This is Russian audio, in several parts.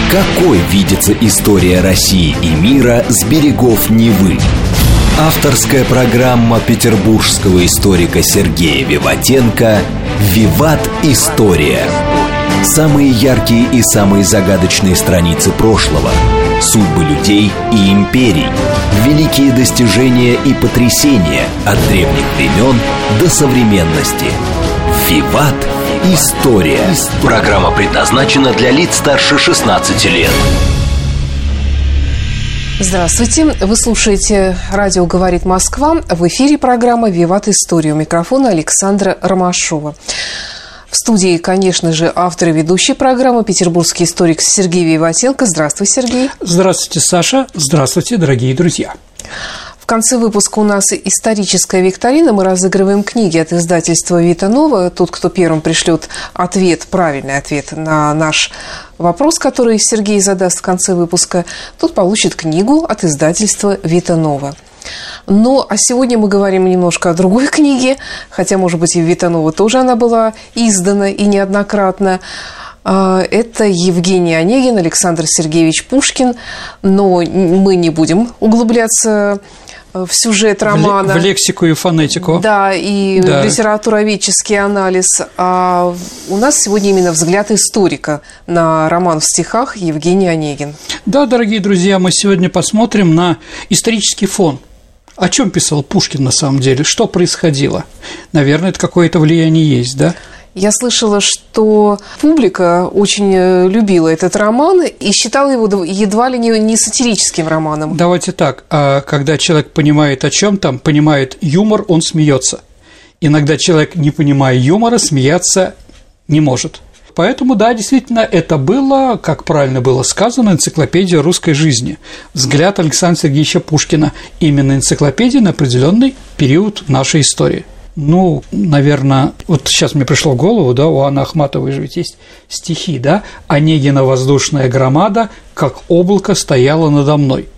Какой видится история России и мира с берегов Невы? Авторская программа петербургского историка Сергея Виватенко «Виват. История». Самые яркие и самые загадочные страницы прошлого, судьбы людей и империй, великие достижения и потрясения от древних времен до современности. «Виват. История». Программа предназначена для лиц старше 16 лет. Здравствуйте. Вы слушаете «Радио говорит Москва». В эфире программа «Виват. История». У микрофона Александра Ромашова. В студии, конечно же, автор и ведущий программы, петербургский историк Сергей Виватенко. Здравствуй, Сергей. Здравствуйте, Саша. Здравствуйте, дорогие друзья. В конце выпуска у нас историческая викторина. Мы разыгрываем книги от издательства «Вита Нова». Тот, кто первым пришлет правильный ответ на наш вопрос, который Сергей задаст в конце выпуска, тот получит книгу от издательства «Вита Нова». Ну, а сегодня мы говорим немножко о другой книге, хотя, может быть, и в «Вита Нова» тоже она была издана и неоднократно. Это Евгений Онегин, Александр Сергеевич Пушкин, но мы не будем углубляться в сюжет романа. В лексику и фонетику. Да, и литературоведческий анализ. А у нас сегодня именно взгляд историка на роман в стихах Евгений Онегин. Да, дорогие друзья, мы сегодня посмотрим на исторический фон. О чем писал Пушкин на самом деле? Что происходило? Наверное, это какое-то влияние есть, да? Я слышала, что публика очень любила этот роман и считала его едва ли не сатирическим романом. Давайте так, когда человек понимает, о чем там, понимает юмор, он смеется. Иногда человек, не понимая юмора, смеяться не может. Поэтому, да, действительно, это было, как правильно было сказано, энциклопедия русской жизни. Взгляд Александра Сергеевича Пушкина. Именно энциклопедия на определенный период нашей истории. Ну, наверное, вот сейчас мне пришло в голову, да, у Анны Ахматовой же ведь есть стихи, да, «Онегина воздушная громада, как облако стояла надо мной».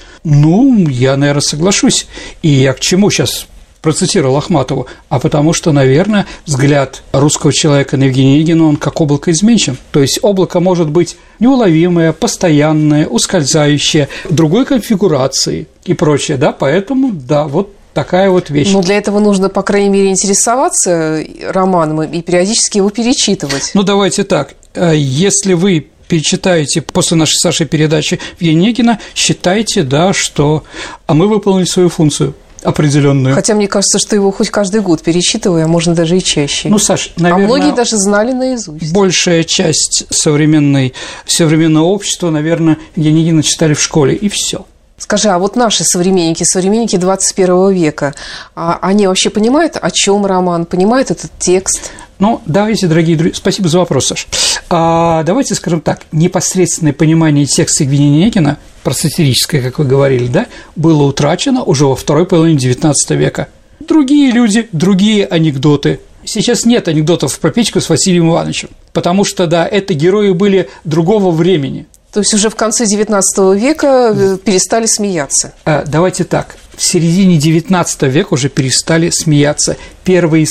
Ну, я, наверное, соглашусь. И я к чему сейчас процитировал Ахматову? А потому что, наверное, взгляд русского человека на Евгения Онегина, он как облако изменчив. То есть облако может быть неуловимое, постоянное, ускользающее, другой конфигурации и прочее, да, поэтому, да, вот такая вот вещь. Но для этого нужно, по крайней мере, интересоваться романом и периодически его перечитывать. Ну, давайте так. Если вы перечитаете после нашей с Сашей передачи Евгения Онегина, считайте, да, что мы выполнили свою функцию определенную. Хотя мне кажется, что его хоть каждый год перечитываю, а можно даже и чаще. Ну, Саш, наверное, а многие даже знали наизусть. Большая часть современного общества, наверное, Евгения Онегина читали в школе, и все. Скажи, а вот наши современники 21 века, они вообще понимают, о чем роман, понимают этот текст? Ну, давайте, дорогие друзья, спасибо за вопрос, Саш. Давайте скажем так, непосредственное понимание текста Евгения Онегина, про сатирическое, как вы говорили, да, было утрачено уже во второй половине XIX века. Другие люди, другие анекдоты. Сейчас нет анекдотов про Петьку с Василием Ивановичем, потому что, да, это герои были другого времени. То есть уже в конце XIX века перестали смеяться? Давайте так. В середине XIX века уже перестали смеяться. Один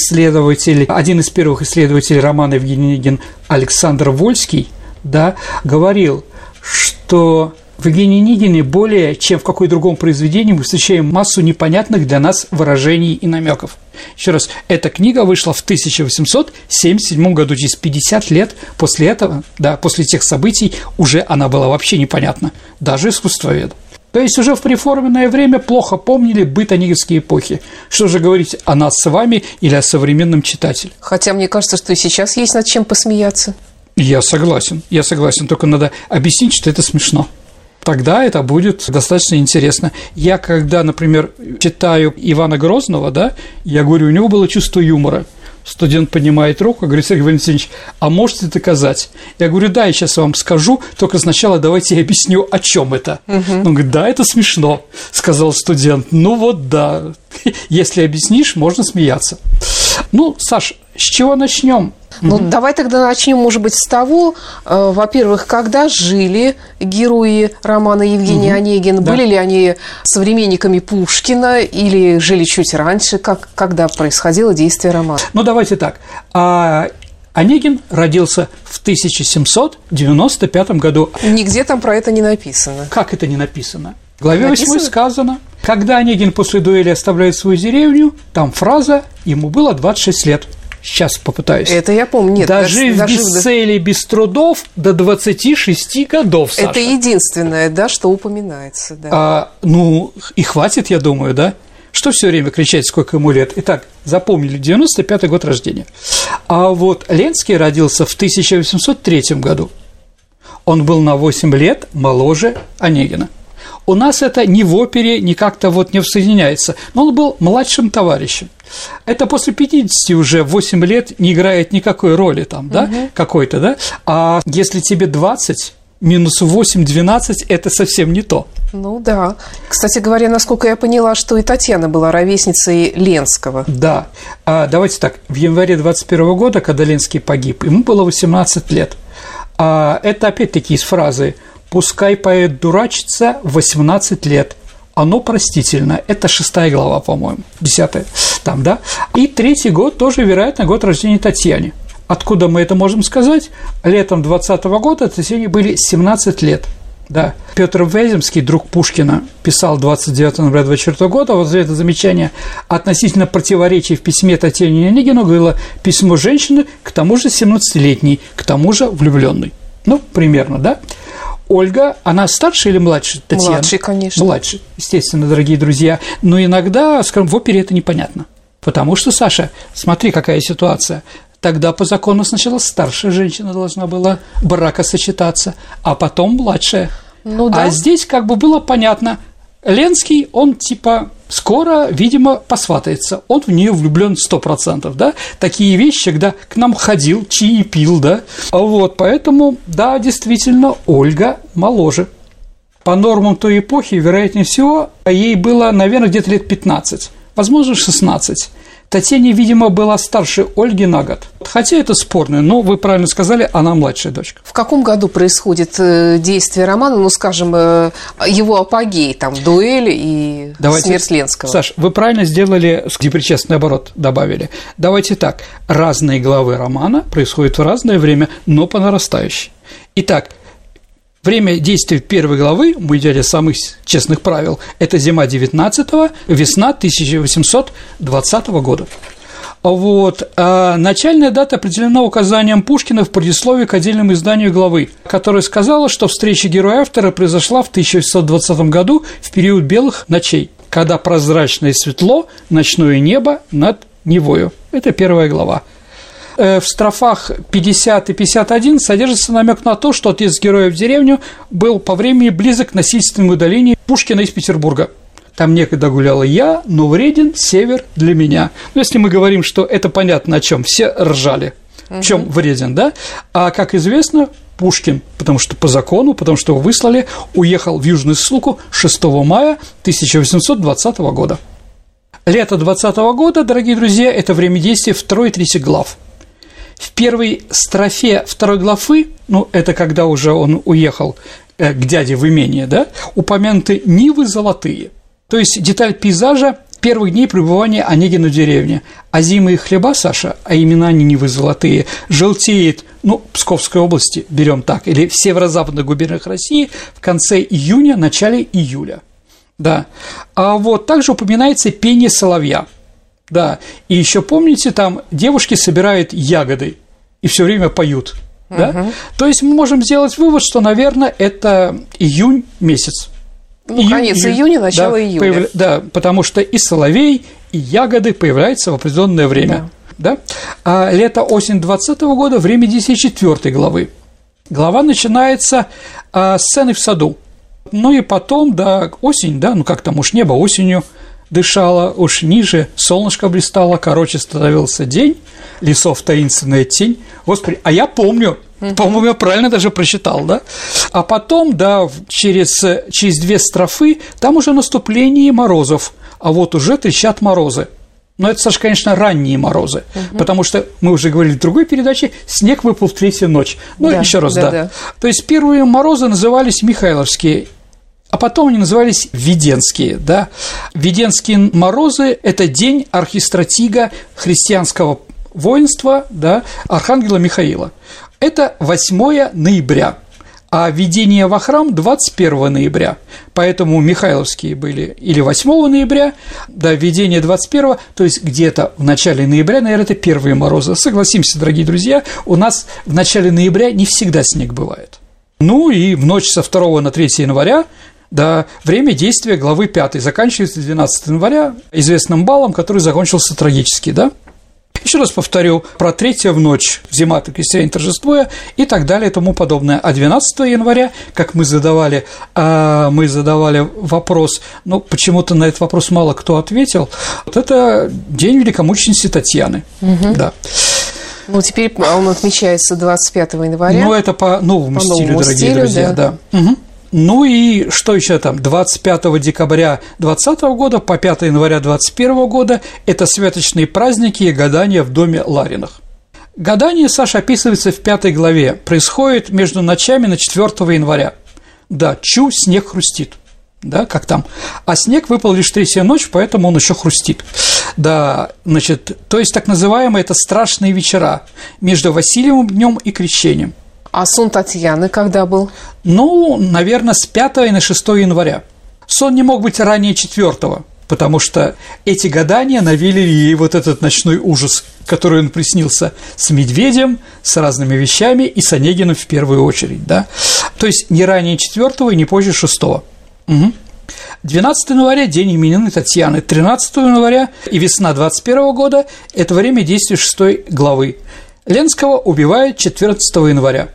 из первых исследователей романа Евгений Онегин, Александр Вольский, да, говорил, что в Евгении Онегине более чем в какой другом произведении мы встречаем массу непонятных для нас выражений и намеков. Еще раз, эта книга вышла в 1877 году, через 50 лет после этого, да, после тех событий, уже она была вообще непонятна, даже искусствоведу. То есть уже в преформенное время плохо помнили быт онегинской эпохи. Что же говорить о нас с вами или о современном читателе? Хотя мне кажется, что и сейчас есть над чем посмеяться. Я согласен, только надо объяснить, что это смешно. Тогда это будет достаточно интересно. Я, когда, например, читаю Ивана Грозного, да, я говорю, у него было чувство юмора. Студент поднимает руку и говорит: Сергей Валентинович, а можете доказать? Я говорю: да, я сейчас вам скажу, только сначала давайте я объясню, о чем это. Он говорит: да, это смешно, сказал студент. Ну вот да, если объяснишь, можно смеяться. Ну, Саш, с чего начнем? Ну, давай тогда начнем, может быть, с того, во-первых, когда жили герои романа Евгений Онегин, были ли они современниками Пушкина или жили чуть раньше, когда происходило действие романа? Ну, давайте так. Онегин родился в 1795 году. Нигде там про это не написано. Как это не написано? В главе 8 сказано, когда Онегин после дуэли оставляет свою деревню, там фраза «ему было 26 лет». Сейчас попытаюсь. Это я помню. Нет, дожив без цели, без трудов до 26 годов, Саша. Это единственное, да, что упоминается. Да. Ну, и хватит, я думаю, да? Что все время кричать, сколько ему лет? Итак, запомнили, 95-й год рождения. А вот Ленский родился в 1803 году. Он был на 8 лет моложе Онегина. У нас это ни в опере, ни как-то вот не соединяется. Но он был младшим товарищем. Это после 50 уже 8 лет не играет никакой роли там, да, какой-то, да? А если тебе 20, минус 8, 12 – это совсем не то. Ну да. Кстати говоря, насколько я поняла, что и Татьяна была ровесницей Ленского. Да. Давайте так, в январе 21 года, когда Ленский погиб, ему было 18 лет. Это опять-таки из фразы «Пускай поэт дурачится 18 лет, оно простительно». Это 6 глава, по-моему, 10 там, да? И 3-й год тоже, вероятно, год рождения Татьяны. Откуда мы это можем сказать? Летом 20 года Татьяне были 17 лет. Да. Петр Вяземский, друг Пушкина, писал 29 ноября 24 года, вот за это замечание относительно противоречий в письме Татьяне Онегину говорило «письмо женщины, к тому же 17-летней, к тому же влюбленной». Ну, примерно, да? Ольга, она старше или младше Татьяны? Младше, конечно. Младше, естественно, дорогие друзья. Но иногда, скажем, в опере это непонятно. Потому что, Саша, смотри, какая ситуация. Тогда по закону сначала старшая женщина должна была бракосочетаться, а потом младшая. Ну, да. А здесь как бы было понятно. Ленский, он типа скоро, видимо, посватается. Он в нее влюблен 100%, да? Такие вещи, когда к нам ходил, чаи пил, да? Вот, поэтому, да, действительно, Ольга моложе. По нормам той эпохи, вероятнее всего, ей было, наверное, где-то лет 15, возможно, 16. Татьяна, видимо, была старше Ольги на год. Хотя это спорно, но вы правильно сказали, она младшая дочка. В каком году происходит действие романа, ну, скажем, его апогей, там, дуэль и смерть Ленского? Саш, вы правильно сделали, непричастный оборот добавили. Давайте так, разные главы романа происходят в разное время, но по нарастающей. Итак, время действия первой главы, мы взяли самых честных правил, это зима 19-го, весна 1820 года. Вот. А начальная дата определена указанием Пушкина в предисловии к отдельному изданию главы, которое сказало, что встреча героя-автора произошла в 1820 году в период белых ночей, когда прозрачное светло ночное небо над Невою. Это первая глава. В строфах 50 и 51 содержится намек на то, что отъезд героя в деревню был по времени близок к насильственному удалению Пушкина из Петербурга. Там некогда гуляла я, но вреден север для меня. Ну, если мы говорим, что это понятно о чем, все ржали. В чем вреден, да? А как известно, Пушкин, потому что по закону, потому что его выслали, уехал в Южную Ссылку 6 мая 1820 года. Лето 20 года, дорогие друзья, это время действия 2 и 3 глав. В первой строфе 2 главы, ну, это когда уже он уехал к дяде в имение, да, упомянуты нивы золотые, то есть деталь пейзажа первых дней пребывания Онегина в деревне. А зимы и хлеба, Саша, а именно они нивы золотые, желтеет, ну, Псковской области, берем так, или в северо-западных губерниях России в конце июня, начале июля, да. А вот также упоминается пение соловья. Да, и еще помните, там девушки собирают ягоды и все время поют, да? То есть мы можем сделать вывод, что, наверное, это июнь месяц. Ну, конец июня, начало июля. Да, потому что и соловей, и ягоды появляются в определенное время. Да. А лето-осень 20 года – время действия 4 главы. Глава начинается с сцены в саду. Ну и потом, да, осень, да, ну как там уж небо осенью дышало, уж ниже солнышко блистало, короче, становился день, лесов таинственная тень. Господи, а я помню, по-моему, я правильно даже прочитал, да? А потом, да, через 2 строфы там уже наступление морозов, а вот уже трещат морозы. Но это, Саша, конечно, ранние морозы, потому что мы уже говорили в другой передаче, снег выпал в 3-ю ночь. Ну, да, еще раз, да. То есть первые морозы назывались Михайловские, а потом они назывались Веденские, да. Веденские морозы – это день архистратига христианского воинства, да, архангела Михаила. Это 8 ноября. А введение во храм 21 ноября, поэтому Михайловские были или 8 ноября, да, введение 21, то есть где-то в начале ноября, наверное, это первые морозы. Согласимся, дорогие друзья, у нас в начале ноября не всегда снег бывает. Ну и в ночь со 2 на 3 января, да, время действия главы 5 заканчивается 12 января известным балом, который закончился трагически, да. Еще раз повторю, про 3 в ночь, зима, крестьяне торжествуя и так далее и тому подобное. А 12 января, как мы задавали вопрос, но почему-то на этот вопрос мало кто ответил, вот это день великомученицы Татьяны, да. Ну, теперь он отмечается 25 января. Ну, это по новому стилю, дорогие друзья, да. Угу. Ну и что еще там? 25 декабря 2020 года по 5 января 2021 года – это святочные праздники и гадания в доме Лариных. Гадание, Саша, описывается в 5 главе. Происходит между ночами на 4 января. Да, чу, снег хрустит. Да, как там? А снег выпал лишь 3-я ночь, поэтому он еще хрустит. Да, значит, то есть так называемые это страшные вечера между Василиевым днем и крещением. А сон Татьяны когда был? Ну, наверное, с 5 на 6 января. Сон не мог быть ранее 4, потому что эти гадания навели ей вот этот ночной ужас, который он приснился с медведем, с разными вещами и с Онегиным в первую очередь, да. То есть не ранее 4 и не позже 6. Угу. 12 января – день именины Татьяны, 13 января и весна 21 года – это время действия 6 главы. Ленского убивают 14 января.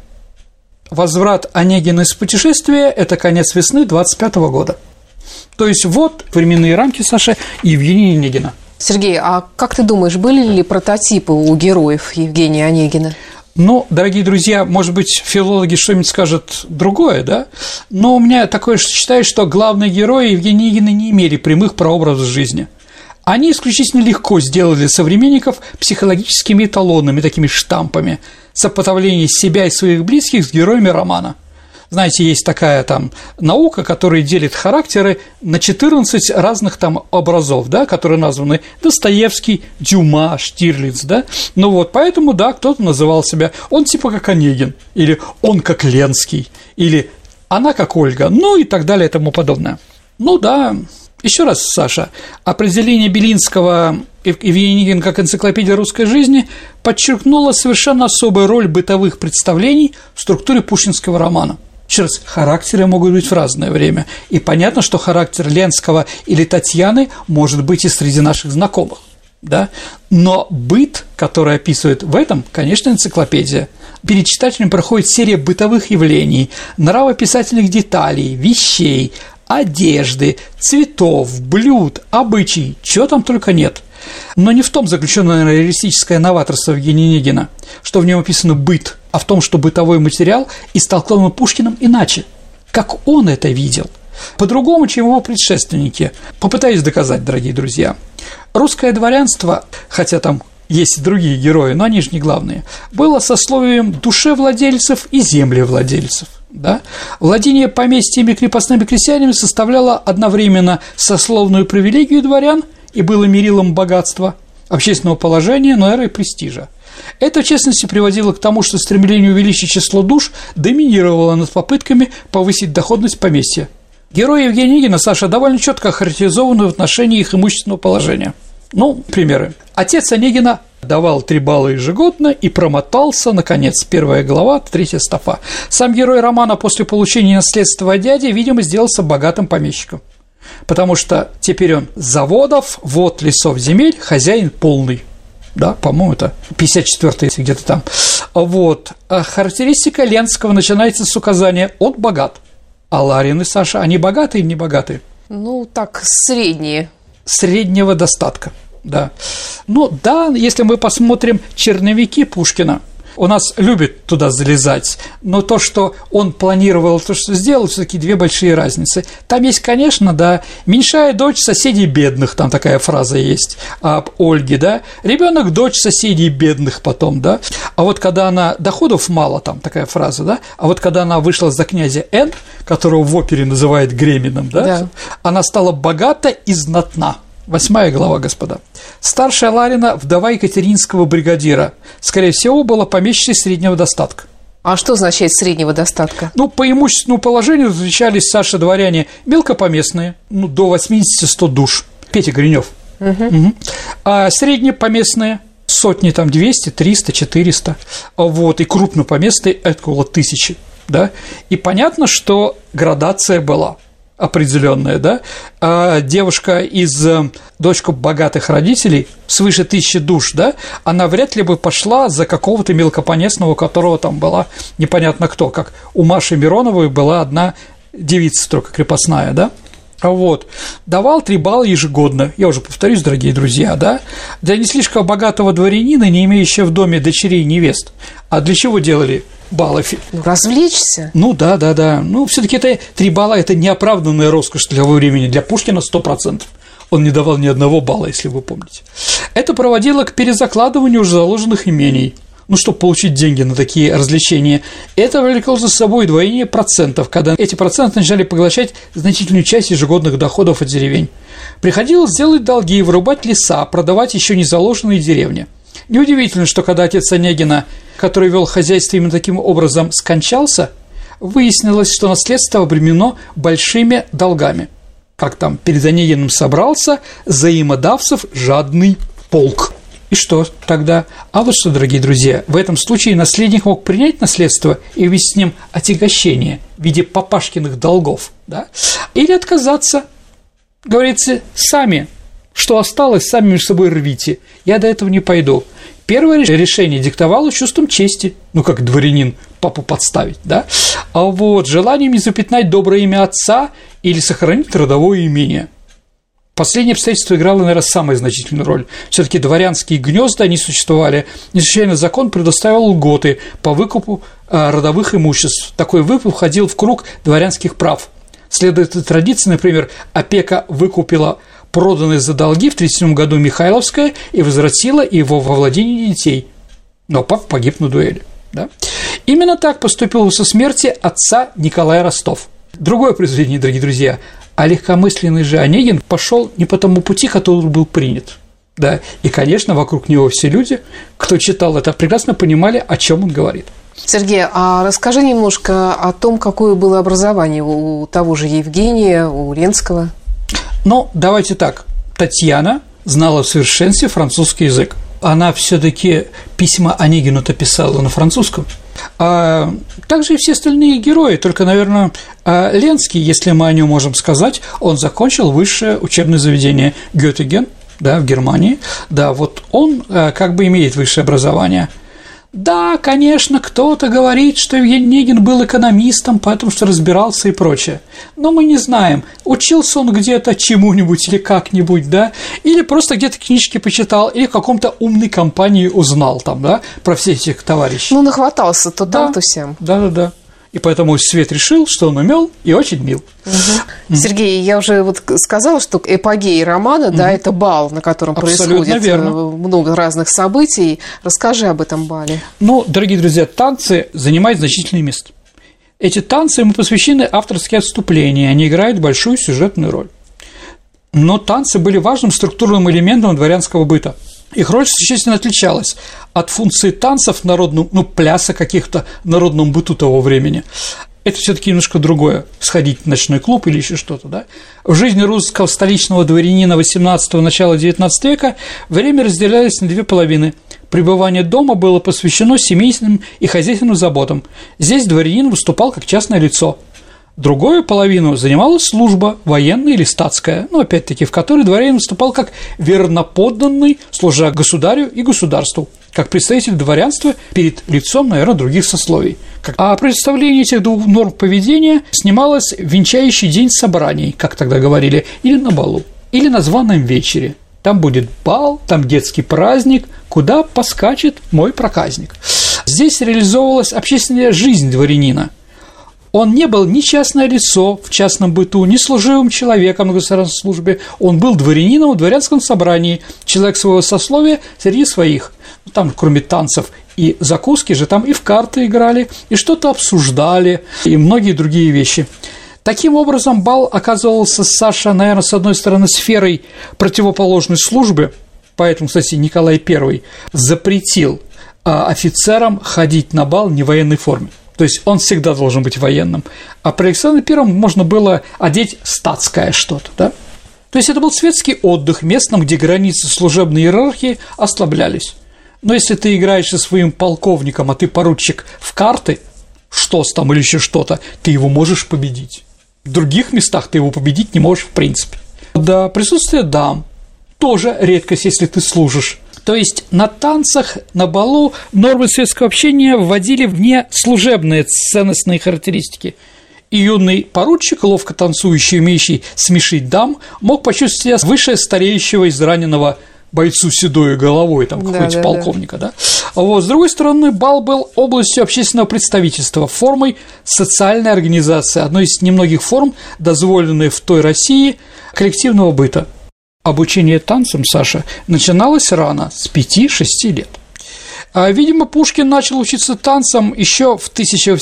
Возврат Онегина из путешествия – это конец весны 25 года. То есть вот временные рамки, Саша, Евгения Онегина. Сергей, а как ты думаешь, были ли прототипы у героев Евгения Онегина? Ну, дорогие друзья, может быть, филологи что-нибудь скажут другое, да? Но у меня такое считаю, что главные герои Евгения Онегина не имели прямых прообразов жизни. Они исключительно легко сделали современников психологическими эталонами, такими штампами, сопоставление себя и своих близких с героями романа. Знаете, есть такая там наука, которая делит характеры на 14 разных там образов, да, которые названы Достоевский, Дюма, Штирлиц, да. Ну вот, поэтому, да, кто-то называл себя, он типа как Онегин, или он как Ленский, или она как Ольга, ну и так далее и тому подобное. Ну да. Еще раз, Саша, определение Белинского Евгения Онегина как энциклопедия русской жизни подчеркнуло совершенно особую роль бытовых представлений в структуре пушкинского романа. Еще раз, характеры могут быть в разное время, и понятно, что характер Ленского или Татьяны может быть и среди наших знакомых, да? Но быт, который описывает в этом, конечно, энциклопедия. Перед читателем проходит серия бытовых явлений, нравописательных деталей, вещей, одежды, цветов, блюд, обычаи, чего там только нет. Но не в том заключено реалистическое новаторство Евгения Онегина, что в нем описано быт, а в том, что бытовой материал истолкован Пушкиным иначе, как он это видел, по-другому, чем его предшественники. Попытаюсь доказать, дорогие друзья. Русское дворянство, хотя там есть и другие герои, но они же не главные, было сословием душевладельцев и землевладельцев. Да? Владение поместьями и крепостными крестьянами составляло одновременно сословную привилегию дворян и было мерилом богатства, общественного положения, но и престижа. Это, в частности, приводило к тому, что стремление увеличить число душ доминировало над попытками повысить доходность поместья. Герои Евгения Онегина, Саша, довольно четко охарактеризованы в отношении их имущественного положения. Ну, примеры. Отец Онегина давал 3 балла ежегодно и промотался, наконец, 1 глава, 3 строфа. Сам герой романа после получения наследства от дяди, видимо, сделался богатым помещиком, потому что теперь он заводов, вод, лесов, земель, хозяин полный. Да, по-моему, это 54-й где-то там. Вот. А характеристика Ленского начинается с указания «он богат». А Ларины, Саша, они богатые или не богатые? Ну, так, средние. Среднего достатка, да. Ну, да, если мы посмотрим черновики Пушкина, у нас любят туда залезать, но то, что он планировал, то, что сделал, все-таки 2 большие разницы. Там есть, конечно, да, меньшая дочь соседей бедных, там такая фраза есть об Ольге, да, ребенок дочь соседей бедных потом, да, а вот когда она, доходов мало, там такая фраза, да, а вот когда она вышла за князя Н, которого в опере называют Греминым, да, она стала богата и знатна. 8 глава, господа. Старшая Ларина, вдова екатеринского бригадира, скорее всего, была помещицей среднего достатка. А что означает среднего достатка? Ну, по имущественному положению различались старшие-дворяне мелкопоместные, до 80-100 душ. Петя Гринёв. А среднепоместные сотни, там 200, 300, 400, вот, и крупнопоместные около 1000, да, и понятно, что градация была определенная, да, а девушка дочка богатых родителей, свыше 1000 душ, да, она вряд ли бы пошла за какого-то мелкопоместного, у которого там была непонятно кто, как у Маши Мироновой была одна девица только крепостная, да. Вот, давал 3 балла ежегодно, я уже повторюсь, дорогие друзья, да, для не слишком богатого дворянина, не имеющего в доме дочерей и невест. А для чего делали баллы? Развлечься. Да. Ну, все-таки это 3 балла – это неоправданная роскошь для того времени, для Пушкина 100%. Он не давал ни одного балла, если вы помните. Это проводило к перезакладыванию уже заложенных имений. Чтобы получить деньги на такие развлечения, это влекло за собой удвоение процентов, когда эти проценты начали поглощать значительную часть ежегодных доходов от деревень. Приходилось сделать долги, вырубать леса, продавать еще не заложенные деревни. Неудивительно, что когда отец Онегина, который вел хозяйство именно таким образом, скончался, выяснилось, что наследство обременено большими долгами. Как там перед Онегиным собрался взаимодавцев жадный полк. И что тогда? А вот что, дорогие друзья, в этом случае наследник мог принять наследство и вести с ним отягощение в виде папашкиных долгов, да? Или отказаться, говорится, сами, что осталось, сами между собой рвите, я до этого не пойду. Первое решение диктовало чувством чести, как дворянин папу подставить, да? А вот желанием не запятнать доброе имя отца или сохранить родовое имение. Последнее обстоятельство играло, наверное, самую значительную роль. Все-таки дворянские гнезда, они существовали. Неслучайно закон предоставил льготы по выкупу родовых имуществ. Такой выкуп входил в круг дворянских прав. Следуя этой традиции, например, опека выкупила проданное за долги в 1937 году Михайловское и возвратила его во владение детей. Но папа погиб на дуэли. Да? Именно так поступил со смерти отца Николая Ростов. Другое произведение, дорогие друзья. А легкомысленный же Онегин пошел не по тому пути, который был принят. Да, и, конечно, вокруг него все люди, кто читал это, прекрасно понимали, о чем он говорит. Сергей, а расскажи немножко о том, какое было образование у того же Евгения, у Ленского. Давайте так. Татьяна знала в совершенстве французский язык. Она все-таки письма Онегину-то писала на французском. А также и все остальные герои, только, наверное, Ленский, если мы о нем можем сказать, он закончил высшее учебное заведение Гётинген, да, в Германии, да, вот он как бы имеет высшее образование. Да, конечно, кто-то говорит, что Онегин был экономистом, поэтому что разбирался и прочее. Но мы не знаем, учился он где-то чему-нибудь или как-нибудь, да, или просто где-то книжки почитал, или в каком-то умной компании узнал там, да, про всех этих товарищей. Нахватался то там, то сям. Да. И поэтому Свет решил, что он умел и очень мил. Сергей, я уже сказала, что эпогей романа, да, это бал, на котором происходит много разных событий. Расскажи об этом бале. Дорогие друзья, танцы занимают значительное место. Эти танцы ему посвящены авторские отступления, они играют большую сюжетную роль. Но танцы были важным структурным элементом дворянского быта. Их роль существенно отличалась от функции танцев в народном, пляса каких-то в народном быту того времени. Это все-таки немножко другое – сходить в ночной клуб или еще что-то, да? В жизни русского столичного дворянина XVIII – начала XIX века время разделялось на 2 половины. Пребывание дома было посвящено семейным и хозяйственным заботам. Здесь дворянин выступал как частное лицо. Другую половину занимала служба, военная или статская, опять-таки, в которой дворянин выступал как верноподданный, служа государю и государству, как представитель дворянства перед лицом, наверное, других сословий. А представление этих 2 норм поведения снималось в венчающий день собраний, как тогда говорили, или на балу, или на званом вечере. Там будет бал, там детский праздник, куда поскачет мой проказник. Здесь реализовывалась общественная жизнь дворянина. Он не был ни частное лицо в частном быту, ни служивым человеком на государственной службе. Он был дворянином в дворянском собрании, человек своего сословия среди своих. Там, кроме танцев и закуски же, там и в карты играли, и что-то обсуждали, и многие другие вещи. Таким образом, бал оказывался, Саша, наверное, с одной стороны, сферой противоположной службы, поэтому, кстати, Николай I запретил офицерам ходить на бал не в военной форме. То есть он всегда должен быть военным. А при Александре I можно было одеть статское что-то, да? То есть это был светский отдых местным, где границы служебной иерархии ослаблялись. Но если ты играешь со своим полковником, а ты поручик в карты, штос там или еще что-то, ты его можешь победить. В других местах ты его победить не можешь в принципе. Да, присутствие дам тоже редкость, если ты служишь. То есть на танцах, на балу нормы светского общения вводили вне служебные ценностные характеристики. И юный поручик, ловко танцующий, умеющий смешить дам, мог почувствовать себя выше стареющего израненного бойцу седой головой, там, какого-нибудь полковника, да. Вот. С другой стороны, бал был областью общественного представительства, формой социальной организации, одной из немногих форм, дозволенной в той России, коллективного быта. Обучение танцам, Саша, начиналось рано, с 5-6 лет. Видимо, Пушкин начал учиться танцам еще в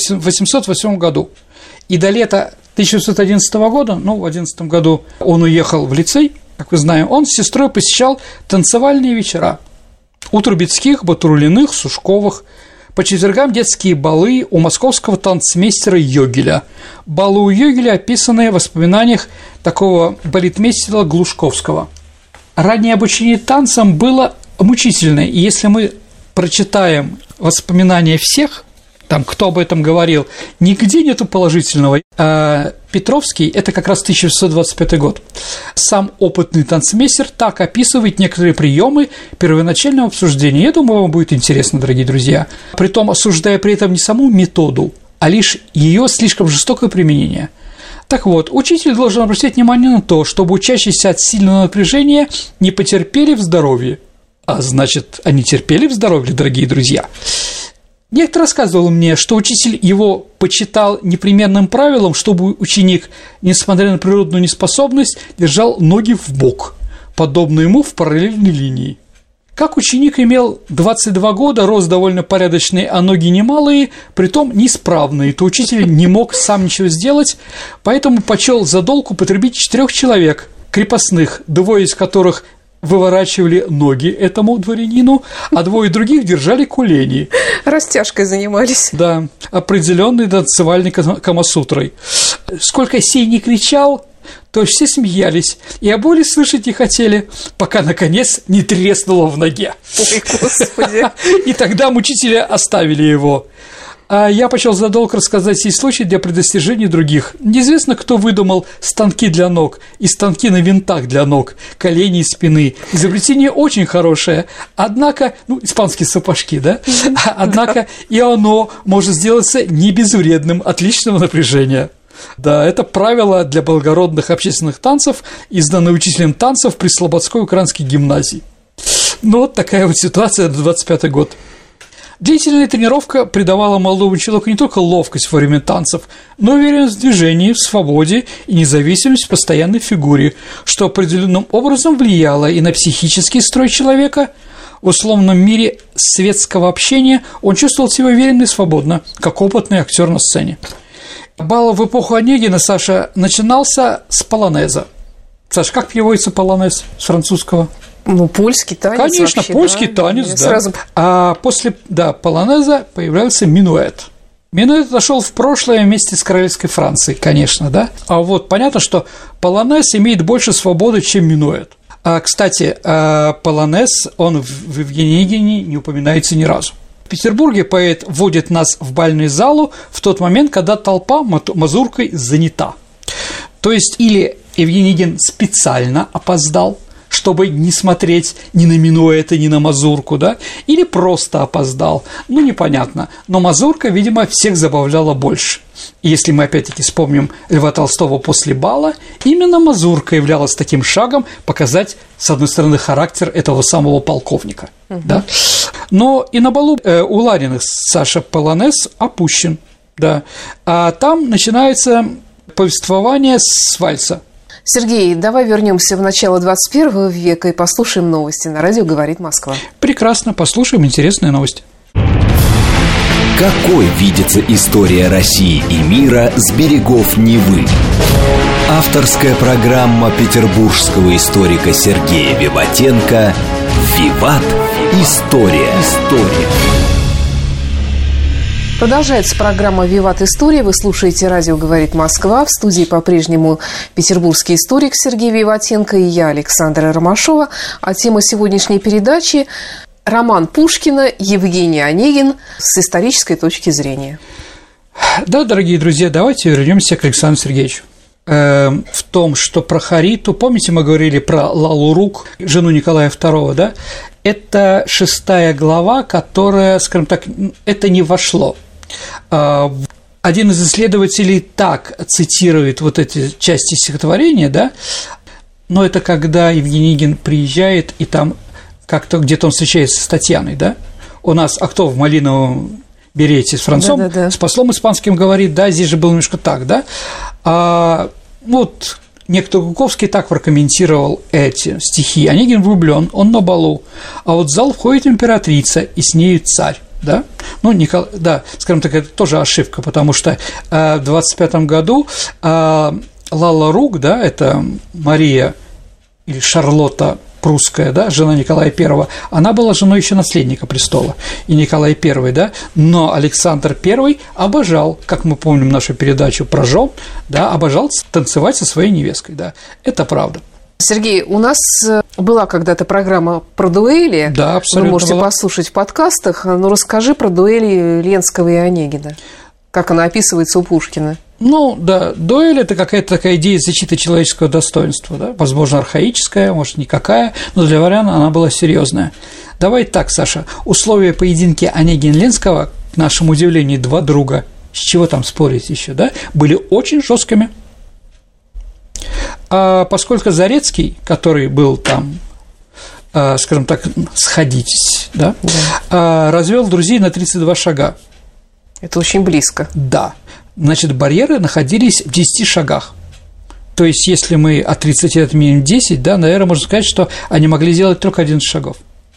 1808 году. И до лета 1811 года, в 11 году он уехал в лицей, как мы знаем, он с сестрой посещал танцевальные вечера у Трубецких, Батурлиных, Сушковых, по четвергам детские балы у московского танцмейстера Йогеля. Балы у Йогеля описаны в воспоминаниях такого балетмейстера Глушковского. Раннее обучение танцам было мучительное, и если мы прочитаем воспоминания всех, там, кто об этом говорил, нигде нету положительного. Петровский – это как раз 1625 год. Сам опытный танцмейстер так описывает некоторые приемы первоначального обсуждения. Я думаю, вам будет интересно, дорогие друзья. Притом осуждая при этом не саму методу, а лишь ее слишком жестокое применение. Так вот, учитель должен обращать внимание на то, чтобы учащиеся от сильного напряжения не потерпели в здоровье. А значит, они терпели в здоровье, дорогие друзья. Некто рассказывал мне, что учитель его почитал непременным правилом, чтобы ученик, несмотря на природную неспособность, держал ноги в бок, подобно ему в параллельной линии. Как ученик имел 22 года, рост довольно порядочный, а ноги немалые, притом неисправные, то учитель не мог сам ничего сделать, поэтому почел за долг употребить 4 человек, крепостных, 2 из которых выворачивали ноги этому дворянину, а 2 других держали колени. Растяжкой занимались. Да, определенной танцевальной камасутрой. Сколько сей не кричал, то все смеялись, и о боли слышать не хотели, пока, наконец, не треснуло в ноге. Ой, Господи. И тогда мучителя оставили его. А я почел за долг рассказать сей случай для предостережения других. Неизвестно, кто выдумал станки для ног и станки на винтах для ног, коленей и спины. Изобретение очень хорошее, однако, испанские сапожки, да? Однако и оно может сделаться не безвредным от личного напряжения. Да, это правило для благородных общественных танцев, изданное учителем танцев при Слободской украинской гимназии. Вот такая вот ситуация на 25-й год. Длительная тренировка придавала молодому человеку не только ловкость во время танцев, но и уверенность в движении, в свободе и независимость в постоянной фигуре, что определенным образом влияло и на психический строй человека. В условном мире светского общения он чувствовал себя уверенно и свободно, как опытный актер на сцене. Бал в эпоху Онегина, Саша, начинался с полонеза. Саша, как переводится полонез с французского? Польский танец. Конечно, вообще, польский танец, да. Сразу... А после полонеза появлялся минуэт. Минуэт отошел в прошлое вместе с королевской Францией, конечно, да. А вот понятно, что полонез имеет больше свободы, чем минуэт. Кстати, полонез, он в Евгении Онегине не упоминается ни разу. В Петербурге поэт вводит нас в бальную залу в тот момент, когда толпа мазуркой занята. То есть или Евгений Онегин специально опоздал, чтобы не смотреть ни на минуэты, ни на мазурку, да, или просто опоздал, непонятно, но мазурка, видимо, всех забавляла больше. И если мы опять-таки вспомним Льва Толстого после бала, именно мазурка являлась таким шагом показать, с одной стороны, характер этого самого полковника, да, но и на балу у Лариных, Саша, полонез опущен, да, а там начинается повествование с вальса. Сергей, давай вернемся в начало 21 века и послушаем новости. На радио «Говорит Москва». Прекрасно, послушаем интересные новости. Какой видится история России и мира с берегов Невы? Авторская программа петербургского историка Сергея Виватенко «Виват. История». Продолжается программа «Виват. История». Вы слушаете «Радио говорит Москва». В студии по-прежнему петербургский историк Сергей Виватенко и я, Александра Ромашова. А тема сегодняшней передачи – роман Пушкина «Евгений Онегин» с исторической точки зрения. Да, дорогие друзья, давайте вернемся к Александру Сергеевичу. В том, что про Хариту, помните, мы говорили про Лалу Рук, жену Николая II, да? Это 6 глава, которая, скажем так, это не вошло. Один из исследователей так цитирует вот эти части стихотворения, да, но это когда Евгений Онегин приезжает, и там как-то где-то он встречается с Татьяной, да, у нас, а кто в малиновом берете с Францом, да. С послом испанским говорит, да, здесь же было немножко так, да, вот некто Гуковский так прокомментировал эти стихи. Онегин влюблен, он на балу, а вот в зал входит императрица, и с нею царь. Да? Ну, да, скажем так, это тоже ошибка, потому что в 25-м году Лала Рук, да, это Мария или Шарлотта прусская, да, жена Николая I, она была женой еще наследника престола, и Николай I, да, но Александр I обожал, как мы помним нашу передачу про жен, да, обожал танцевать со своей невесткой, да, это правда. Сергей, у нас была когда-то программа про дуэли. Да, абсолютно. Вы можете послушать в подкастах. Но расскажи про дуэли Ленского и Онегина. Как она описывается у Пушкина. Ну, да, дуэль – это какая-то такая идея защиты человеческого достоинства, да? Возможно, архаическая, может, никакая, но для дворян она была серьезная. Давай так, Саша, условия поединки Онегина-Ленского, к нашему удивлению, два друга, с чего там спорить еще, да, были очень жесткими. А поскольку Зарецкий, который был там, скажем так, сходитесь, да, развел друзей на 32 шага. Это очень близко. Да. Значит, барьеры находились в 10 шагах. То есть, если мы от 30 отменим 10, да, наверное, можно сказать, что они могли сделать только 11 шагов.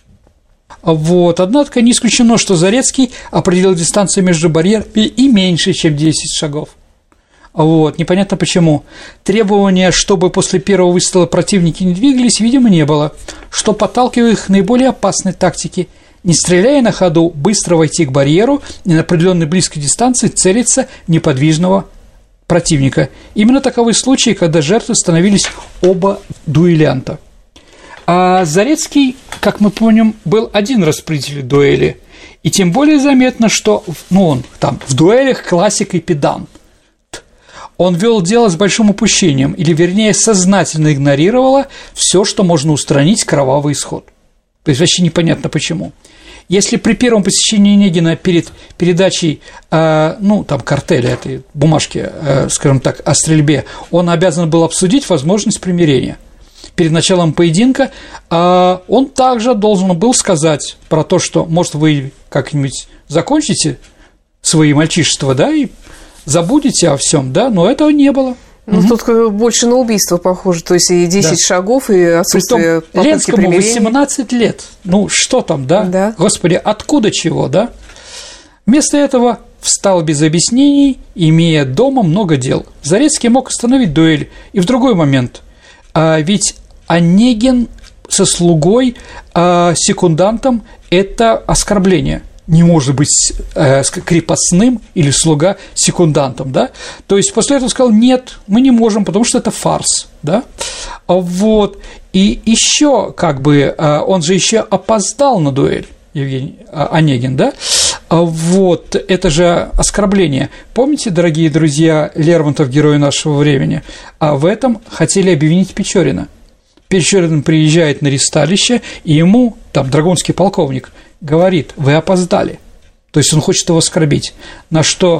Вот. Однако не исключено, что Зарецкий определил дистанцию между барьерами и меньше, чем 10 шагов. Вот, непонятно почему. Требования, чтобы после первого выстрела противники не двигались, видимо, не было, что подталкивает их к наиболее опасной тактике. Не стреляя на ходу, быстро войти к барьеру и на определенной близкой дистанции целиться в неподвижного противника. Именно таковы случаи, когда жертвы становились оба дуэлянта. А Зарецкий, как мы помним, был один распорядитель дуэли, и тем более заметно, что он там в дуэлях классик и педант. Он вел дело с большим упущением, или, вернее, сознательно игнорировало все, что можно устранить кровавый исход. То есть вообще непонятно почему. Если при первом посещении Онегина перед передачей, картеля, этой бумажки, скажем так, о стрельбе, он обязан был обсудить возможность примирения. Перед началом поединка он также должен был сказать про то, что, может, вы как-нибудь закончите свои мальчишества, да, и забудете о всем, да, но этого не было. Ну, тут больше на убийство похоже, то есть и 10 шагов, и отсутствие попытки примирения. Ленскому 18 лет, ну, что там, да? Господи, откуда чего, да? Вместо этого встал без объяснений, имея дома много дел. Зарецкий мог остановить дуэль и в другой момент, ведь Онегин со слугой, секундантом – это оскорбление. Не может быть крепостным или слуга секундантом, да? То есть после этого сказал: нет, мы не можем, потому что это фарс, да? Вот. И еще он же еще опоздал на дуэль, Евгений Онегин, да? Вот, это же оскорбление. Помните, дорогие друзья, Лермонтов, герой нашего времени? А в этом хотели обвинить Печорина. Печорин приезжает на ресталище, и ему, там, драгунский полковник, говорит: вы опоздали. То есть он хочет его оскорбить. На что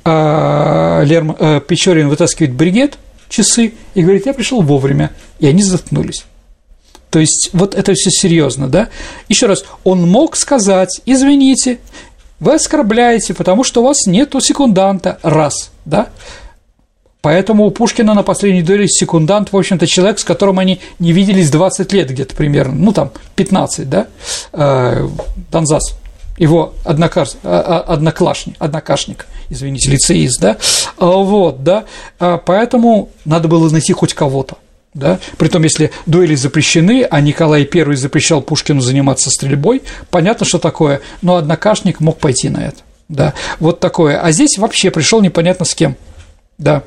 Печорин вытаскивает бригет, часы, и говорит: я пришел вовремя. И они заткнулись. То есть вот это все серьезно, да? Еще раз, он мог сказать: извините, вы оскорбляете, потому что у вас нету секунданта, раз, да? Поэтому у Пушкина на последней дуэли секундант, в общем-то, человек, с которым они не виделись 20 лет где-то примерно, 15, да, Донзас его однокашник, извините, лицеист, да, вот, да, поэтому надо было найти хоть кого-то, да, притом, если дуэли запрещены, а Николай I запрещал Пушкину заниматься стрельбой, понятно, что такое, но однокашник мог пойти на это, да, вот такое, а здесь вообще пришел непонятно с кем, да.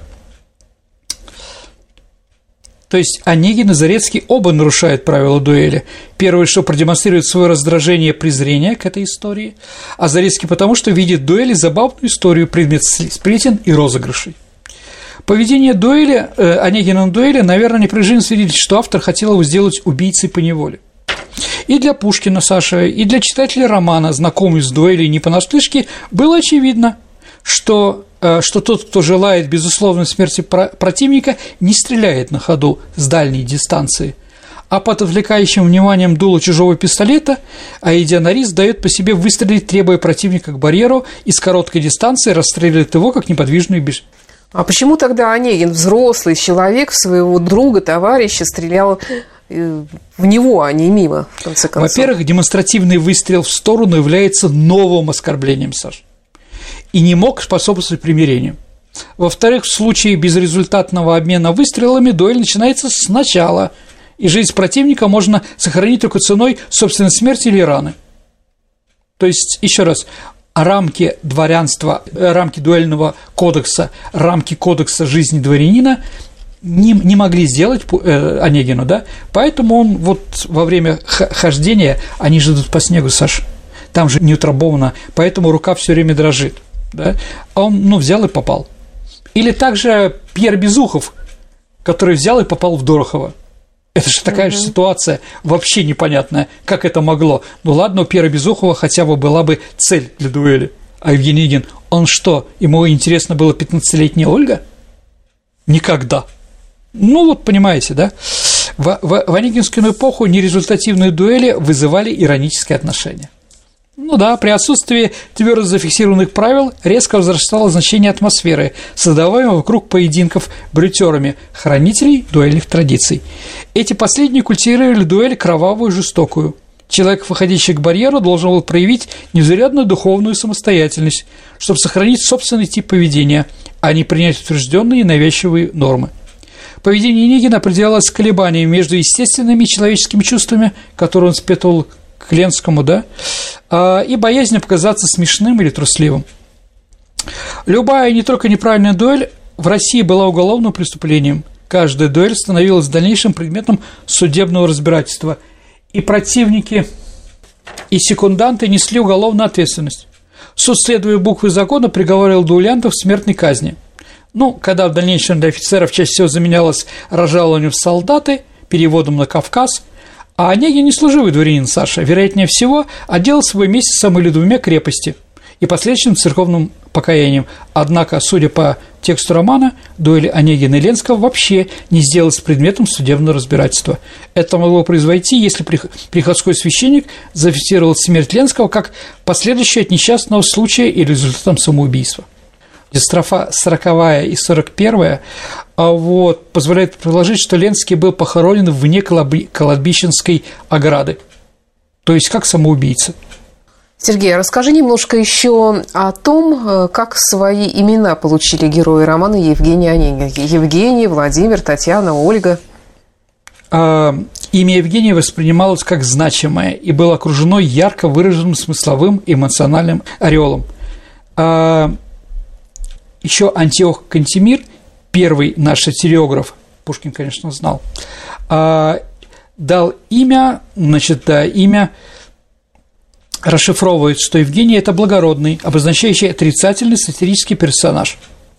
То есть Онегин и Зарецкий оба нарушают правила дуэли. Первый, что продемонстрирует свое раздражение и презрение к этой истории, а Зарецкий потому, что видит в дуэли забавную историю, предмет сплетен и розыгрышей. Поведение дуэли, Онегина на дуэли, наверное, непрерывно свидетельствует, что автор хотел его сделать убийцей по неволе. И для Пушкина, Саша, и для читателя романа, знакомых с дуэлью не понаслышке, было очевидно, что тот, кто желает безусловной смерти противника, не стреляет на ходу с дальней дистанции, а под отвлекающим вниманием дула чужого пистолета, а идя на риск, дает по себе выстрелить, требуя противника к барьеру и с короткой дистанции расстреливает его, как неподвижную бежь. А почему тогда Онегин, взрослый человек, в своего друга, товарища, стрелял в него, а не мимо, в конце концов? Во-первых, демонстративный выстрел в сторону является новым оскорблением, Саша, и не мог способствовать примирению. Во-вторых, в случае безрезультатного обмена выстрелами дуэль начинается сначала, и жизнь противника можно сохранить только ценой собственной смерти или раны. То есть, еще раз, рамки дворянства, рамки дуэльного кодекса, рамки кодекса жизни дворянина не могли сделать Онегину, да, поэтому он вот во время хождения, они же идут по снегу, Саша, там же не утрамбовано, поэтому рука все время дрожит, да, а он, взял и попал. Или также Пьер Безухов, который взял и попал в Дорохова. Это же такая же ситуация, вообще непонятная, как это могло. Ну ладно, у Пьера Безухова хотя бы была бы цель для дуэли, а Евгений Онегин, он что, ему интересно было 15-летняя Ольга? Никогда. Ну вот, понимаете, да? В онегинскую эпоху нерезультативные дуэли вызывали ироническое отношение. Ну да, при отсутствии твердо зафиксированных правил резко возрастало значение атмосферы, создаваемой вокруг поединков брютерами, хранителей дуэльных традиций. Эти последние культивировали дуэль кровавую и жестокую. Человек, выходящий к барьеру, должен был проявить невероятную духовную самостоятельность, чтобы сохранить собственный тип поведения, а не принять утвержденные и навязчивые нормы. Поведение Онегина определялось колебаниями между естественными человеческими чувствами, которые он испытывал к Ленскому, да, и боязнью показаться смешным или трусливым. Любая, не только неправильная дуэль, в России была уголовным преступлением. Каждая дуэль становилась дальнейшим предметом судебного разбирательства, и противники и секунданты несли уголовную ответственность. Суд, следуя букве закона, приговаривал дуэлянтов к смертной казни. Когда в дальнейшем для офицеров чаще всего заменялось разжалованием в солдаты, переводом на Кавказ, а Онегин не служивый дворянин, Саша, вероятнее всего, отделал свой месяцем или двумя крепости и последующим церковным покаянием. Однако, судя по тексту романа, дуэли Онегина и Ленского вообще не сделалась предметом судебного разбирательства. Это могло произойти, если приходской священник зафиксировал смерть Ленского как последующую от несчастного случая или результатом самоубийства. Строфа 40-я и 41-я позволяет предположить, что Ленский был похоронен вне кладбищенской ограды, то есть как самоубийца. Сергей, расскажи немножко еще о том, как свои имена получили герои романа Евгений Онегин. Евгений, Владимир, Татьяна, Ольга. Имя Евгения воспринималось как значимое и было окружено ярко выраженным смысловым и эмоциональным ореолом. Еще Антиох Кантемир, первый наш сатириограф, Пушкин, конечно, знал, дал имя, имя расшифровывает, что Евгений – это благородный, обозначающий отрицательный сатирический персонаж.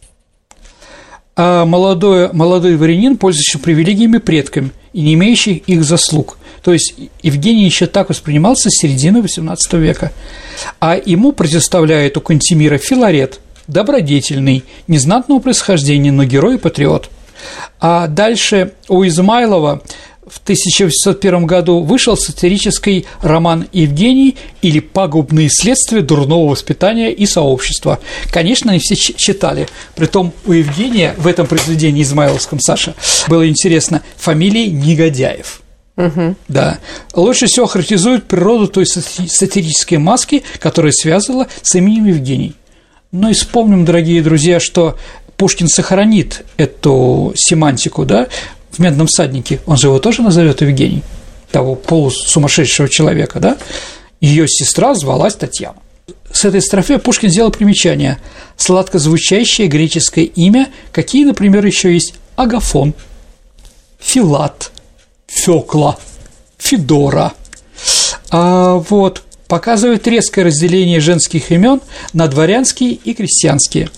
А молодой дворянин, пользующийся привилегиями предками и не имеющий их заслуг. То есть Евгений еще так воспринимался с середины XVIII века. А ему противоставляет у Кантемира Филарет, добродетельный, незнатного происхождения, но герой и патриот. А дальше у Измайлова в 1801 году вышел сатирический роман «Евгений» или «Пагубные следствия дурного воспитания и сообщества». Конечно, они все читали. Притом у Евгения в этом произведении измайловском, Саша, было интересно, фамилия Негодяев. Да. Лучше всего характеризует природу той сатирической маски, которая связывала с именем Евгений. Но и вспомним, дорогие друзья, что Пушкин сохранит эту семантику, да, в «Медном всаднике». Он же его тоже назовет Евгений, того полусумасшедшего человека, да. Ее сестра звалась Татьяна. С этой строфы Пушкин сделал примечание: сладкозвучащее греческое имя, какие, например, еще есть Агафон, Филат, Фёкла, Федора. Вот, показывает резкое разделение женских имен на дворянские и крестьянские.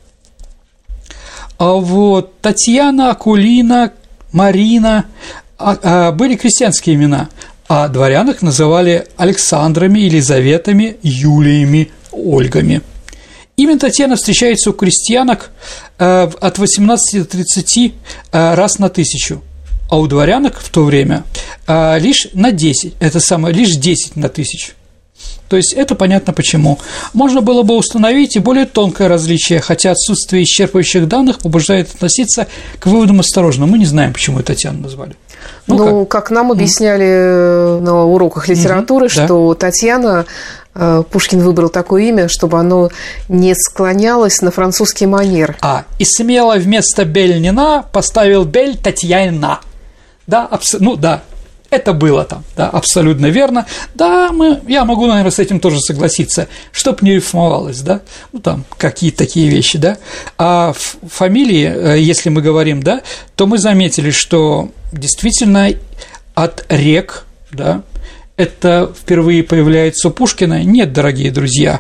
Вот, Татьяна, Акулина, Марина были крестьянские имена, а дворян их называли Александрами, Елизаветами, Юлиями, Ольгами. Имя Татьяна встречается у крестьянок от 18 до 30 раз на 1000, а у дворянок в то время лишь на 10, лишь 10 на 1000. То есть это понятно почему. Можно было бы установить и более тонкое различие, хотя отсутствие исчерпывающих данных побуждает относиться к выводам осторожно. Мы не знаем, почему ее Татьяну назвали. Как нам объясняли на уроках литературы, что Татьяна, Пушкин выбрал такое имя, чтобы оно не склонялось на французский манер. И смело вместо Бельнина поставил Бель Татьяна. Да, да. Это было там, да, абсолютно верно. Да, я могу, наверное, с этим тоже согласиться, чтоб не рифмовалось, да, там какие-то такие вещи, да. А в фамилии, если мы говорим, да, то мы заметили, что действительно от рек, да, это впервые появляется у Пушкина. Нет, дорогие друзья,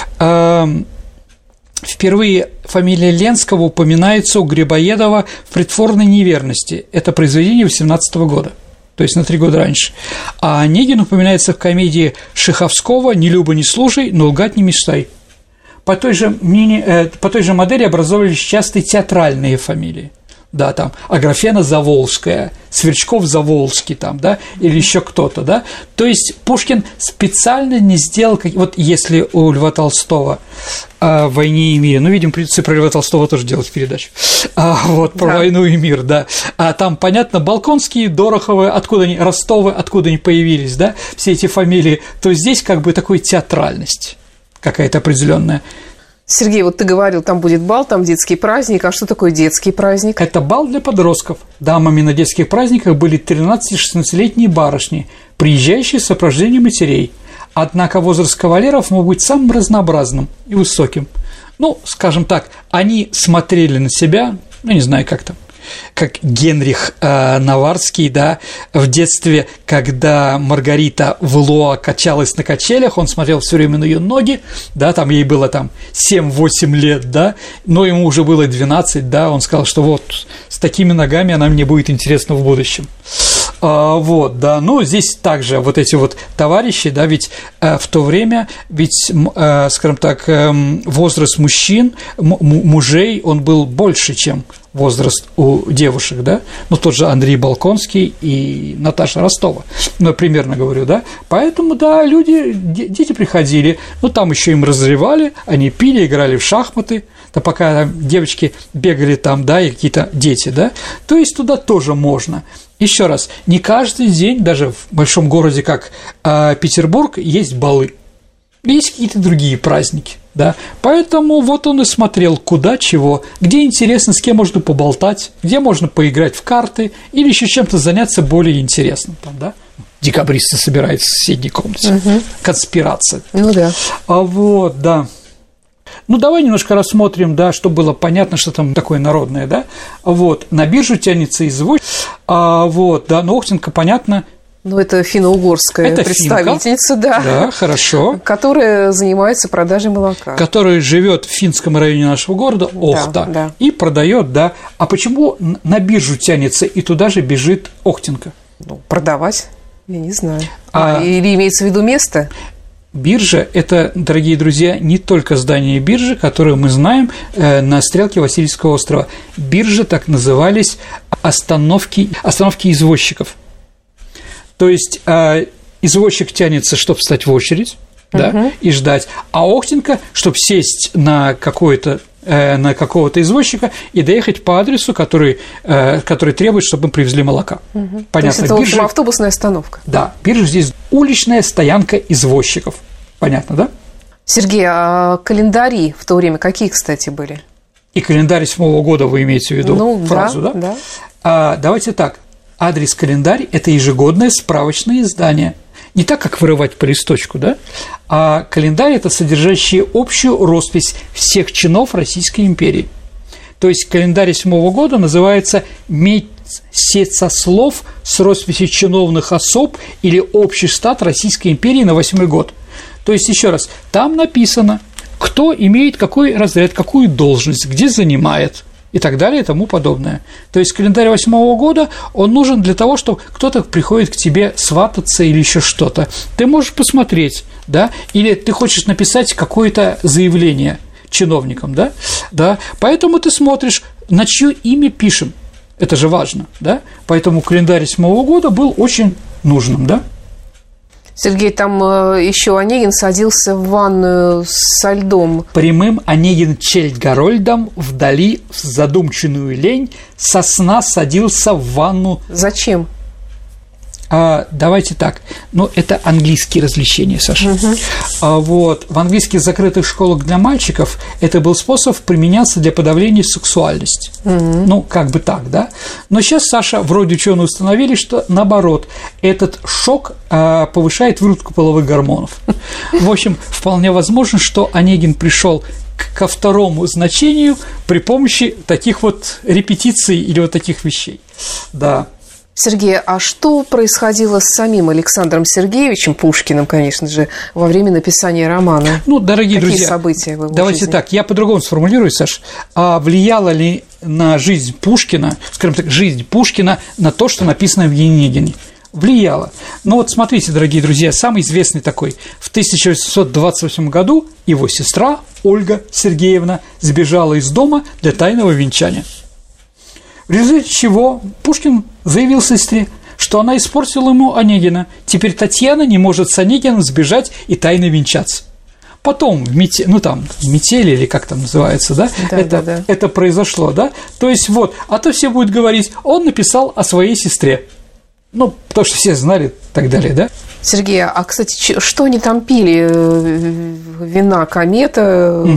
впервые фамилия Ленского упоминается у Грибоедова в «Притворной неверности». Это произведение 18 года. То есть на 3 года раньше. А Онегин упоминается в комедии Шиховского «Ни люба, ни слушай, но лгать не мечтай». По той же модели образовывались часто театральные фамилии. Да, там Аграфена Заволжская, Сверчков Заволжский, там, да, или еще кто-то, да. То есть Пушкин специально не сделал, вот если у Льва Толстого о «Войне и мире», видимо, придется про Льва Толстого тоже делать передачу, вот, про «Войну и мир», да, там, понятно, Балконские, Дороховы, откуда они, Ростовы, откуда они появились, да, все эти фамилии, то здесь как бы такой театральность какая-то определенная. Сергей, вот ты говорил, там будет бал, там детский праздник. А что такое детский праздник? Это бал для подростков. Дамами на детских праздниках были 13-16-летние барышни, приезжающие в сопровождении матерей. Однако возраст кавалеров мог быть самым разнообразным и высоким. Скажем так, они смотрели на себя, не знаю, как Генрих Наварский, да, в детстве, когда Маргарита Валуа качалась на качелях, он смотрел все время на ее ноги, да, там ей было 7-8 лет, да, но ему уже было 12, да, он сказал, что вот с такими ногами она мне будет интересна в будущем. Вот, да, здесь также вот эти вот товарищи, да, ведь в то время, скажем так, возраст мужчин, мужей, он был больше, чем возраст у девушек, да, тот же Андрей Балконский и Наташа Ростова, примерно говорю, да, поэтому, да, дети приходили, там еще им разливали, они пили, играли в шахматы, да, пока девочки бегали там, да, и какие-то дети, да, то есть туда тоже можно. Еще раз, не каждый день, даже в большом городе, как Петербург, есть балы, есть какие-то другие праздники, да, поэтому вот он и смотрел, куда, чего, где интересно, с кем можно поболтать, где можно поиграть в карты или еще чем-то заняться более интересным, там, да, декабристы собираются в соседней комнате, конспирация. Да. Вот, да. Давай немножко рассмотрим, да, чтобы было понятно, что там такое народное, да. Вот, на биржу тянется извозчик, вот, да, Охтенко, понятно. Это финно-угорская представительница, финка, да, хорошо, которая занимается продажей молока, которая живет в финском районе нашего города, Охта, да. И продает, да. А почему на биржу тянется и туда же бежит Охтенко? Продавать, я не знаю. Или имеется в виду место? Биржа – это, дорогие друзья, не только здание биржи, которое мы знаем на стрелке Васильевского острова. Биржи так назывались остановки извозчиков. То есть извозчик тянется, чтобы встать в очередь, да, и ждать, а Охтенко, чтобы сесть на какое-то на какого-то извозчика и доехать по адресу, который требует, чтобы им привезли молока. Понятно. То есть это, в общем, автобусная остановка. Да, биржа здесь уличная стоянка извозчиков. Понятно, да? Сергей, а календари в то время какие, кстати, были? И календарь 7-го года вы имеете в виду фразу, да? Да. Давайте так. Адрес-календарь – это ежегодное справочное издание. Не так, как вырывать по листочку, да? А календарь – это содержащий общую роспись всех чинов Российской империи. То есть календарь 7-го года называется «Месяцеслов с росписью чиновных особ или общий штат Российской империи на 8-й год». То есть, еще раз, там написано, кто имеет какой разряд, какую должность, где занимает и так далее и тому подобное. То есть календарь 8-го года, он нужен для того, чтобы кто-то приходит к тебе свататься или еще что-то. Ты можешь посмотреть, да, или ты хочешь написать какое-то заявление чиновникам, да, поэтому ты смотришь, на чье имя пишем, это же важно, да, поэтому календарь 7-го года был очень нужным, да. Сергей, там еще Онегин садился в ванную со льдом. Прямым Онегин Чельдгарольдом вдали в задумчивую лень со сна садился в ванну. Зачем? Давайте так, это английские развлечения, Саша. В английских закрытых школах для мальчиков это был способ применяться для подавления сексуальности. Как бы так, да? Но сейчас, Саша, вроде ученые установили, что наоборот, этот шок повышает выработку половых гормонов. В общем, вполне возможно, что Онегин пришел ко второму значению при помощи таких вот репетиций или вот таких вещей. Да. Сергей, а что происходило с самим Александром Сергеевичем Пушкиным, конечно же, во время написания романа? Дорогие друзья, какие события в его давайте жизни? Так, я по-другому сформулирую, Саш. А влияла ли на жизнь Пушкина, скажем так, жизнь Пушкина на то, что написано в Онегине? Влияло. Смотрите, дорогие друзья, самый известный такой. В 1828 году его сестра Ольга Сергеевна сбежала из дома для тайного венчания. В результате чего Пушкин заявил сестре, что она испортила ему Онегина. Теперь Татьяна не может с Онегиным сбежать и тайно венчаться. Потом в метели, или как там называется, да, это произошло, да. То есть а то все будут говорить, он написал о своей сестре. Потому что все знали и так далее, да. Сергей, а, кстати, что они там пили? Вина комета...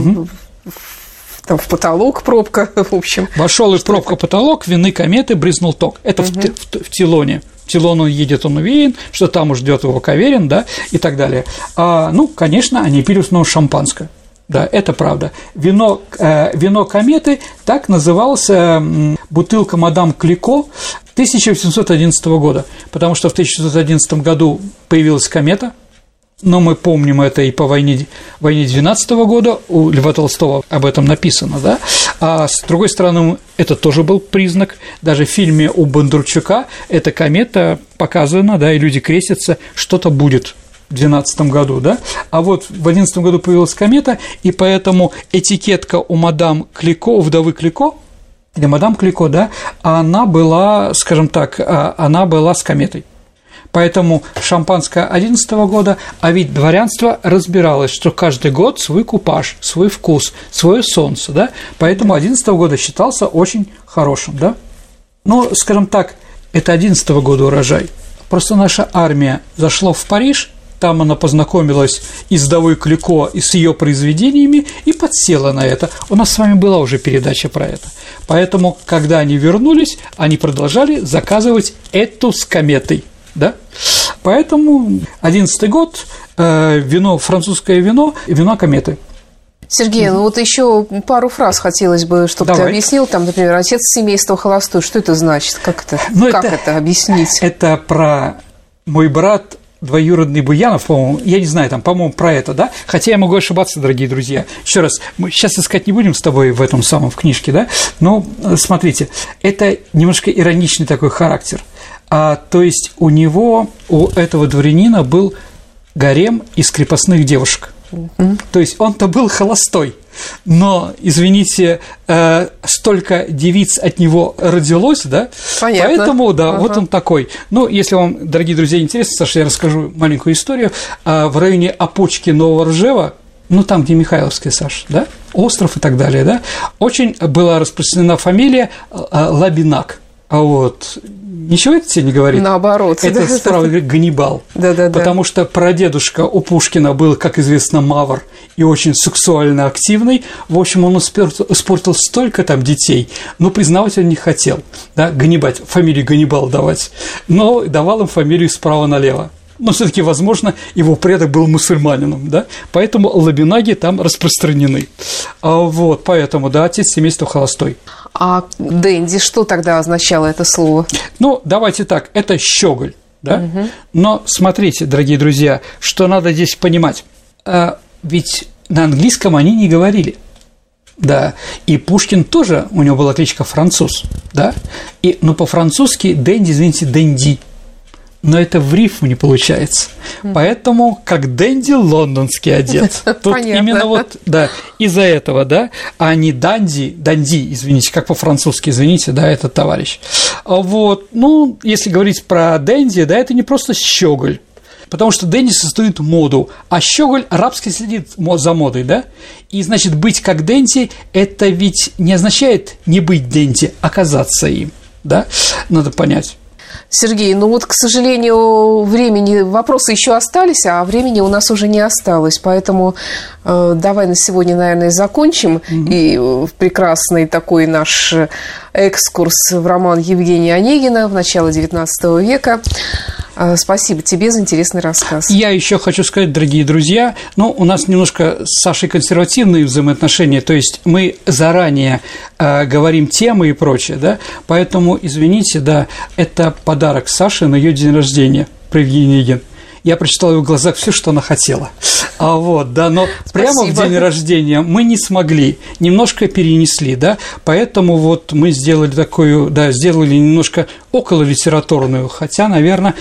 Там в потолок пробка, в общем. Вошел и пробка потолок, вины кометы, брызнул ток. Это в Тилоне. В Тилон он едет, он уверен, что там уж ждет его Каверин, да, и так далее. Конечно, они пили в основном шампанское. Да, это правда. Вино кометы, так называлась бутылка мадам Клико 1811 года, потому что в 1811 году появилась комета. Но мы помним это и по войне 12 года, у Льва Толстого об этом написано, да? А с другой стороны, это тоже был признак, даже в фильме у Бондарчука эта комета показана, да, и люди крестятся, что-то будет в 12 году, да? А в 11 году появилась комета, и поэтому этикетка у мадам Клико, у вдовы Клико, или мадам Клико, да, она была, скажем так, она была с кометой. Поэтому шампанское 11 года, а ведь дворянство разбиралось, что каждый год свой купаж, свой вкус, свое солнце, да, поэтому 11 года считался очень хорошим, да. Скажем так, это 11 года урожай. Просто наша армия зашла в Париж, там она познакомилась и с вдовой Клико, и с ее произведениями, и подсела на это. У нас с вами была уже передача про это. Поэтому, когда они вернулись, они продолжали заказывать эту с кометой. Да? Поэтому 11-й год, французское вино кометы. Сергей, еще пару фраз хотелось бы, чтобы ты объяснил. Там, например, отец семейства холостой. Что это значит? Как это объяснить? Это про мой брат двоюродный Буянов, по-моему, я не знаю, по-моему, про это, да? Хотя я могу ошибаться, дорогие друзья. Еще раз, мы сейчас искать не будем с тобой в этом самом, в книжке, да? Но смотрите, это немножко ироничный такой характер. То есть у этого дворянина был гарем из крепостных девушек. То есть он-то был холостой, но, извините, столько девиц от него родилось, да? Понятно. Поэтому, да, вот он такой. Если вам, дорогие друзья, интересно, Саша, я расскажу маленькую историю. В районе Опочки Нового Ржева, там, где Михайловская, Саша, да? остров и так далее, да, очень была распространена фамилия Лабинак. А вот ничего это тебе не говорит? Наоборот. Это справа говорит Ганнибал. Да. Потому что прадедушка у Пушкина был, как известно, мавр и очень сексуально активный. В общем, он испортил столько там детей, но признавать он не хотел. Да, фамилию Ганнибал давать, но давал им фамилию справа налево. Но все-таки, возможно, его предок был мусульманином, да, поэтому лабинаги там распространены. Вот, поэтому, да, отец семейства холостой. А денди, что тогда означало это слово? Ну, давайте так, это щеголь, да, угу. Но смотрите, дорогие друзья, что надо здесь понимать, ведь на английском они не говорили. Да, и Пушкин тоже, у него была кличка Француз, да, но по-французски денди, извините, денди. Но это в рифму не получается. Поэтому как денди лондонский одет. Тут именно вот, да, из-за этого, да, а не данди, извините, как по-французски, извините, да, этот товарищ. Вот, ну, если говорить про денди, да, это не просто щеголь, потому что денди создают моду, а щеголь рабски следит за модой, да, и, значит, быть как денди – это ведь не означает не быть денди, а оказаться им, да, надо понять. Сергей, ну вот, к сожалению, вопросы еще остались, а времени у нас уже не осталось, поэтому давай на сегодня, наверное, закончим и прекрасный такой наш экскурс в роман Евгения Онегина в начало XIX века. Спасибо тебе за интересный рассказ. Я еще хочу сказать, дорогие друзья, у нас немножко с Сашей консервативные взаимоотношения, то есть мы заранее говорим темы и прочее, да, поэтому, извините, да, это подарок Саше на ее день рождения про Евгения Онегина. Я прочитал в его глазах все, что она хотела. Но прямо в день рождения мы не смогли, немножко перенесли, да, поэтому вот мы сделали сделали немножко окололитературную, хотя, наверное,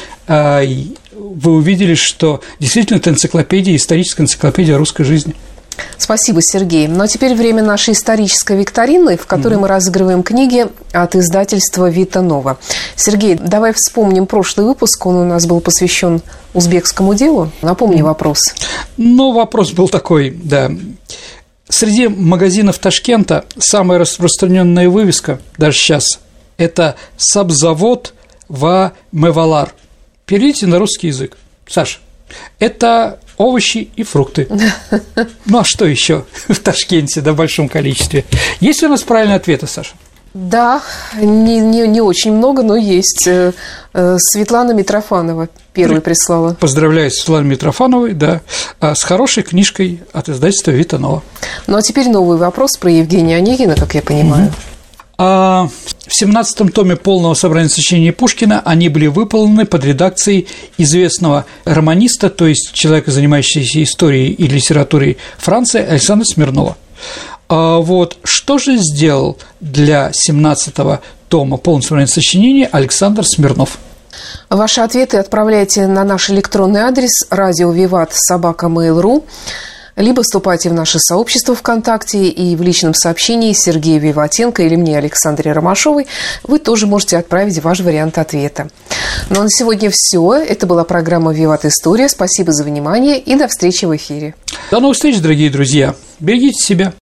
вы увидели, что действительно это энциклопедия, историческая энциклопедия русской жизни. Спасибо, Сергей. Ну, а теперь время нашей исторической викторины, в которой мы разыгрываем книги от издательства «Вита Нова». Сергей, давай вспомним прошлый выпуск, он у нас был посвящен узбекскому делу. Напомни вопрос. Вопрос был такой, да. Среди магазинов Ташкента самая распространенная вывеска, даже сейчас, это «Сабзавод ва Мевалар». Переведите на русский язык. Саша, это овощи и фрукты. А что еще в Ташкенте, в большом количестве? Есть у нас правильные ответы, Саша? Да, не очень много, но есть. Светлана Митрофанова первой прислала. Поздравляю Светлану Митрофановой, да, с хорошей книжкой от издательства «Вита Нова». Ну, а теперь новый вопрос про Евгения Онегина, как я понимаю. В 17-м томе полного собрания сочинений Пушкина они были выполнены под редакцией известного романиста, то есть человека, занимающегося историей и литературой Франции, Александра Смирнова. Что же сделал для 17-го тома полного собрания сочинений Александр Смирнов? Ваши ответы отправляйте на наш электронный адрес radiovivat@mail.ru, либо вступайте в наше сообщество ВКонтакте и в личном сообщении Сергею Виватенко или мне, Александре Ромашовой, вы тоже можете отправить ваш вариант ответа. Ну а на сегодня все. Это была программа «Виват История». Спасибо за внимание и до встречи в эфире. До новых встреч, дорогие друзья. Берегите себя.